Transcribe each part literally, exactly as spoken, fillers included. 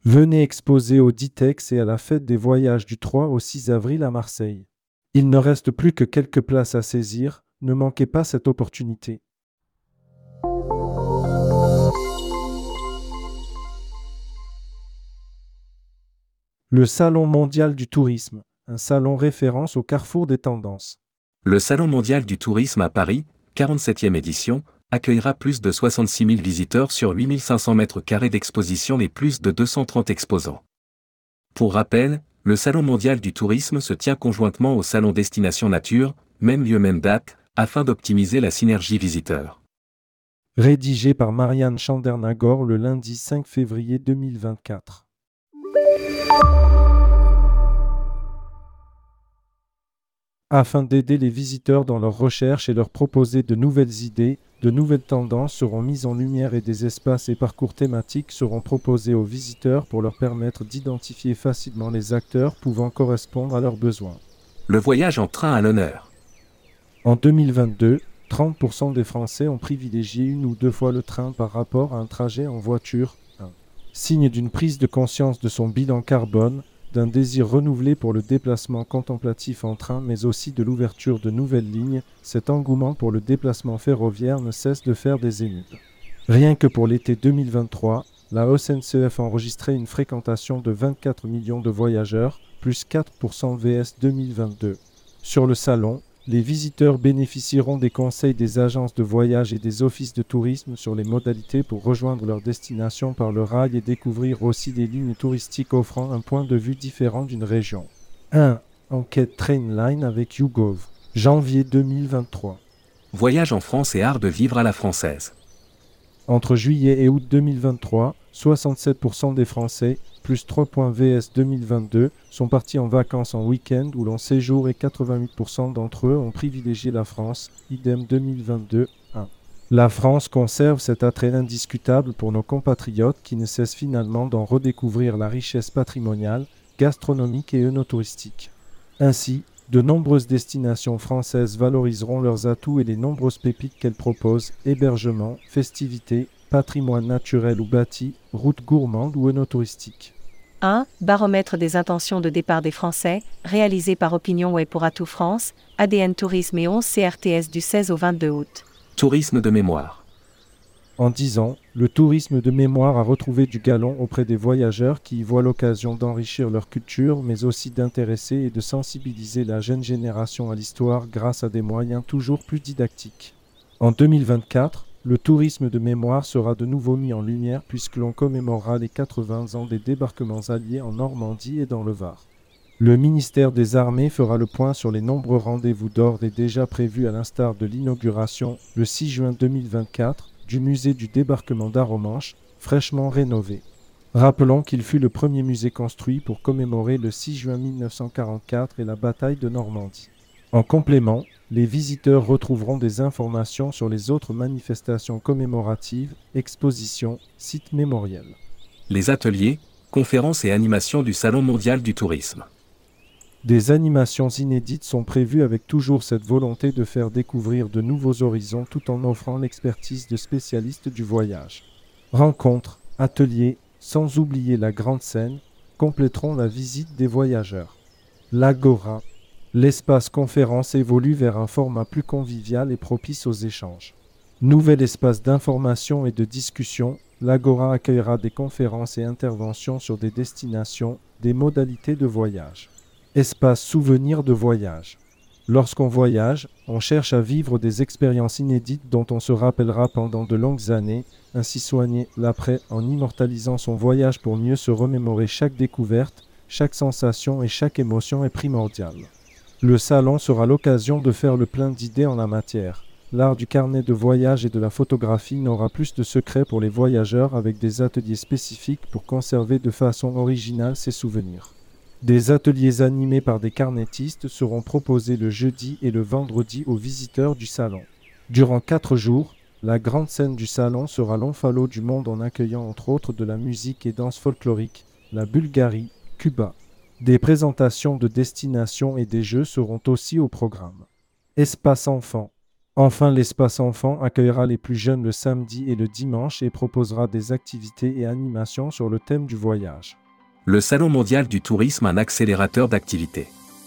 Venez exposer au Ditex et à la fête des voyages du trois au six avril à Marseille. Il ne reste plus que quelques places à saisir, ne manquez pas cette opportunité. Le Salon mondial du tourisme, un salon référence au carrefour des tendances. Le Salon mondial du tourisme à Paris, quarante-septième édition, accueillera plus de soixante-six mille visiteurs sur huit mille cinq cents mètres carrés d'exposition et plus de deux cent trente exposants. Pour rappel, le Salon mondial du tourisme se tient conjointement au Salon Destination Nature, même lieu même date, afin d'optimiser la synergie visiteur. Rédigé par Marianne Chandernagor le lundi cinq février deux mille vingt-quatre. Afin d'aider les visiteurs dans leurs recherches et leur proposer de nouvelles idées, de nouvelles tendances seront mises en lumière et des espaces et parcours thématiques seront proposés aux visiteurs pour leur permettre d'identifier facilement les acteurs pouvant correspondre à leurs besoins. Le voyage en train à l'honneur. En deux mille vingt-deux, trente pour cent des Français ont privilégié une ou deux fois le train par rapport à un trajet en voiture. un. Signe d'une prise de conscience de son bilan carbone, d'un désir renouvelé pour le déplacement contemplatif en train, mais aussi de l'ouverture de nouvelles lignes, cet engouement pour le déplacement ferroviaire ne cesse de faire des émules. Rien que pour l'été deux mille vingt-trois, la S N C F enregistrait une fréquentation de vingt-quatre millions de voyageurs, plus quatre pour cent V S deux mille vingt-deux. Sur le salon, les visiteurs bénéficieront des conseils des agences de voyage et des offices de tourisme sur les modalités pour rejoindre leur destination par le rail et découvrir aussi des lignes touristiques offrant un point de vue différent d'une région. un. Enquête Trainline avec YouGov. janvier deux mille vingt-trois. Voyage en France et art de vivre à la française. Entre juillet et août deux mille vingt-trois, soixante-sept pour cent des Français, plus trois points V S deux mille vingt-deux, sont partis en vacances en week-end ou l'on séjour et quatre-vingt-huit pour cent d'entre eux ont privilégié la France, idem deux mille vingt-deux. un. La France conserve cet attrait indiscutable pour nos compatriotes qui ne cessent finalement d'en redécouvrir la richesse patrimoniale, gastronomique et œnotouristique. Ainsi, de nombreuses destinations françaises valoriseront leurs atouts et les nombreuses pépites qu'elles proposent, hébergement, festivités, patrimoine naturel ou bâti, routes gourmandes ou œnotouristique. un. Baromètre des intentions de départ des Français, réalisé par OpinionWay pour Atout France, A D N Tourisme et onze C R T S du seize au vingt-deux août. Tourisme de mémoire. En dix ans, le tourisme de mémoire a retrouvé du galon auprès des voyageurs qui y voient l'occasion d'enrichir leur culture, mais aussi d'intéresser et de sensibiliser la jeune génération à l'histoire grâce à des moyens toujours plus didactiques. En deux mille vingt-quatre, le tourisme de mémoire sera de nouveau mis en lumière puisque l'on commémorera les quatre-vingts ans des débarquements alliés en Normandie et dans le Var. Le ministère des Armées fera le point sur les nombreux rendez-vous d'ordre et déjà prévus à l'instar de l'inauguration, le six juin deux mille vingt-quatre, du musée du débarquement d'Arromanches, fraîchement rénové. Rappelons qu'il fut le premier musée construit pour commémorer le six juin mille neuf cent quarante-quatre et la bataille de Normandie. En complément, les visiteurs retrouveront des informations sur les autres manifestations commémoratives, expositions, sites mémoriels. Les ateliers, conférences et animations du Salon mondial du tourisme. Des animations inédites sont prévues avec toujours cette volonté de faire découvrir de nouveaux horizons tout en offrant l'expertise de spécialistes du voyage. Rencontres, ateliers, sans oublier la grande scène, compléteront la visite des voyageurs. L'Agora, l'espace conférence évolue vers un format plus convivial et propice aux échanges. Nouvel espace d'information et de discussion, l'Agora accueillera des conférences et interventions sur des destinations, des modalités de voyage. Espace souvenir de voyage. Lorsqu'on voyage, on cherche à vivre des expériences inédites dont on se rappellera pendant de longues années, ainsi soigner l'après en immortalisant son voyage pour mieux se remémorer chaque découverte, chaque sensation et chaque émotion est primordiale. Le salon sera l'occasion de faire le plein d'idées en la matière. L'art du carnet de voyage et de la photographie n'aura plus de secrets pour les voyageurs avec des ateliers spécifiques pour conserver de façon originale ses souvenirs. Des ateliers animés par des carnettistes seront proposés le jeudi et le vendredi aux visiteurs du salon. Durant quatre jours, la grande scène du salon sera l'omphalo du monde en accueillant entre autres de la musique et danse folklorique, la Bulgarie, Cuba. Des présentations de destinations et des jeux seront aussi au programme. Espace enfant. Enfin, l'espace enfant accueillera les plus jeunes le samedi et le dimanche et proposera des activités et animations sur le thème du voyage. Le Salon mondial du tourisme, un accélérateur d'activités.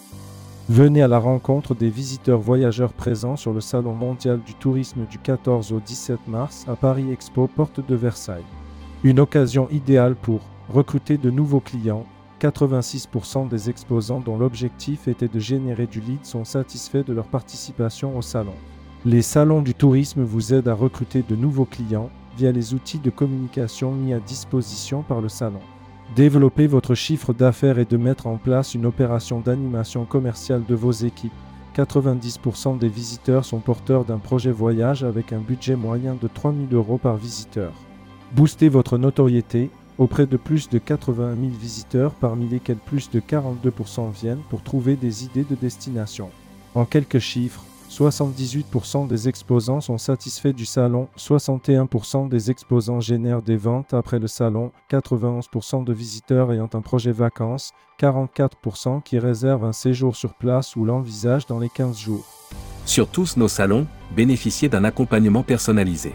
Venez à la rencontre des visiteurs voyageurs présents sur le Salon mondial du tourisme du quatorze au dix-sept mars à Paris Expo, porte de Versailles. Une occasion idéale pour recruter de nouveaux clients. quatre-vingt-six pour cent des exposants dont l'objectif était de générer du lead sont satisfaits de leur participation au salon. Les salons du tourisme vous aident à recruter de nouveaux clients via les outils de communication mis à disposition par le salon. Développer votre chiffre d'affaires et de mettre en place une opération d'animation commerciale de vos équipes. quatre-vingt-dix pour cent des visiteurs sont porteurs d'un projet voyage avec un budget moyen de trois mille euros par visiteur. Boostez votre notoriété auprès de plus de quatre-vingt mille visiteurs, parmi lesquels plus de quarante-deux pour cent viennent pour trouver des idées de destination. En quelques chiffres, soixante-dix-huit pour cent des exposants sont satisfaits du salon, soixante et un pour cent des exposants génèrent des ventes après le salon, quatre-vingt-onze pour cent de visiteurs ayant un projet vacances, quarante-quatre pour cent qui réservent un séjour sur place ou l'envisagent dans les quinze jours. Sur tous nos salons, bénéficiez d'un accompagnement personnalisé.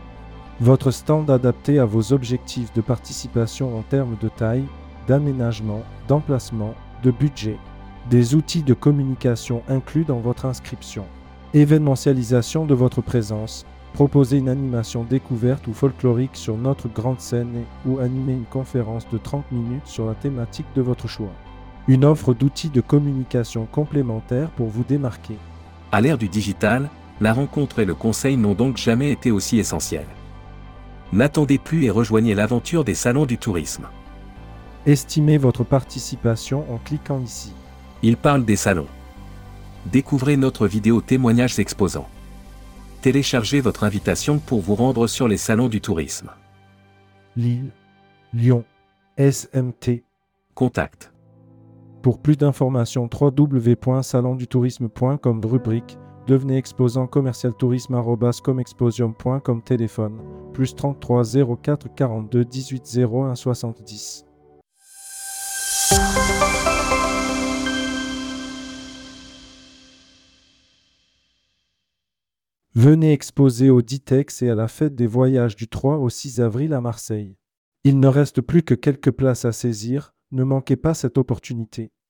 Votre stand adapté à vos objectifs de participation en termes de taille, d'aménagement, d'emplacement, de budget. Des outils de communication inclus dans votre inscription. Événementialisation de votre présence. Proposez une animation découverte ou folklorique sur notre grande scène ou animer une conférence de trente minutes sur la thématique de votre choix. Une offre d'outils de communication complémentaires pour vous démarquer. À l'ère du digital, la rencontre et le conseil n'ont donc jamais été aussi essentiels. N'attendez plus et rejoignez l'aventure des salons du tourisme. Estimez votre participation en cliquant ici. Il parle des salons. Découvrez notre vidéo témoignages exposants. Téléchargez votre invitation pour vous rendre sur les salons du tourisme. Lille, Lyon, S M T. Contact. Pour plus d'informations, w w w point salon du tourisme point com. Rubrique devenez exposant commercial tourisme arobase comexposium point com. Téléphone plus trente-trois zéro quatre quarante-deux dix-huit zéro un soixante-dix. Venez exposer au Ditex et à la fête des voyages du trois au six avril à Marseille. Il ne reste plus que quelques places à saisir, ne manquez pas cette opportunité.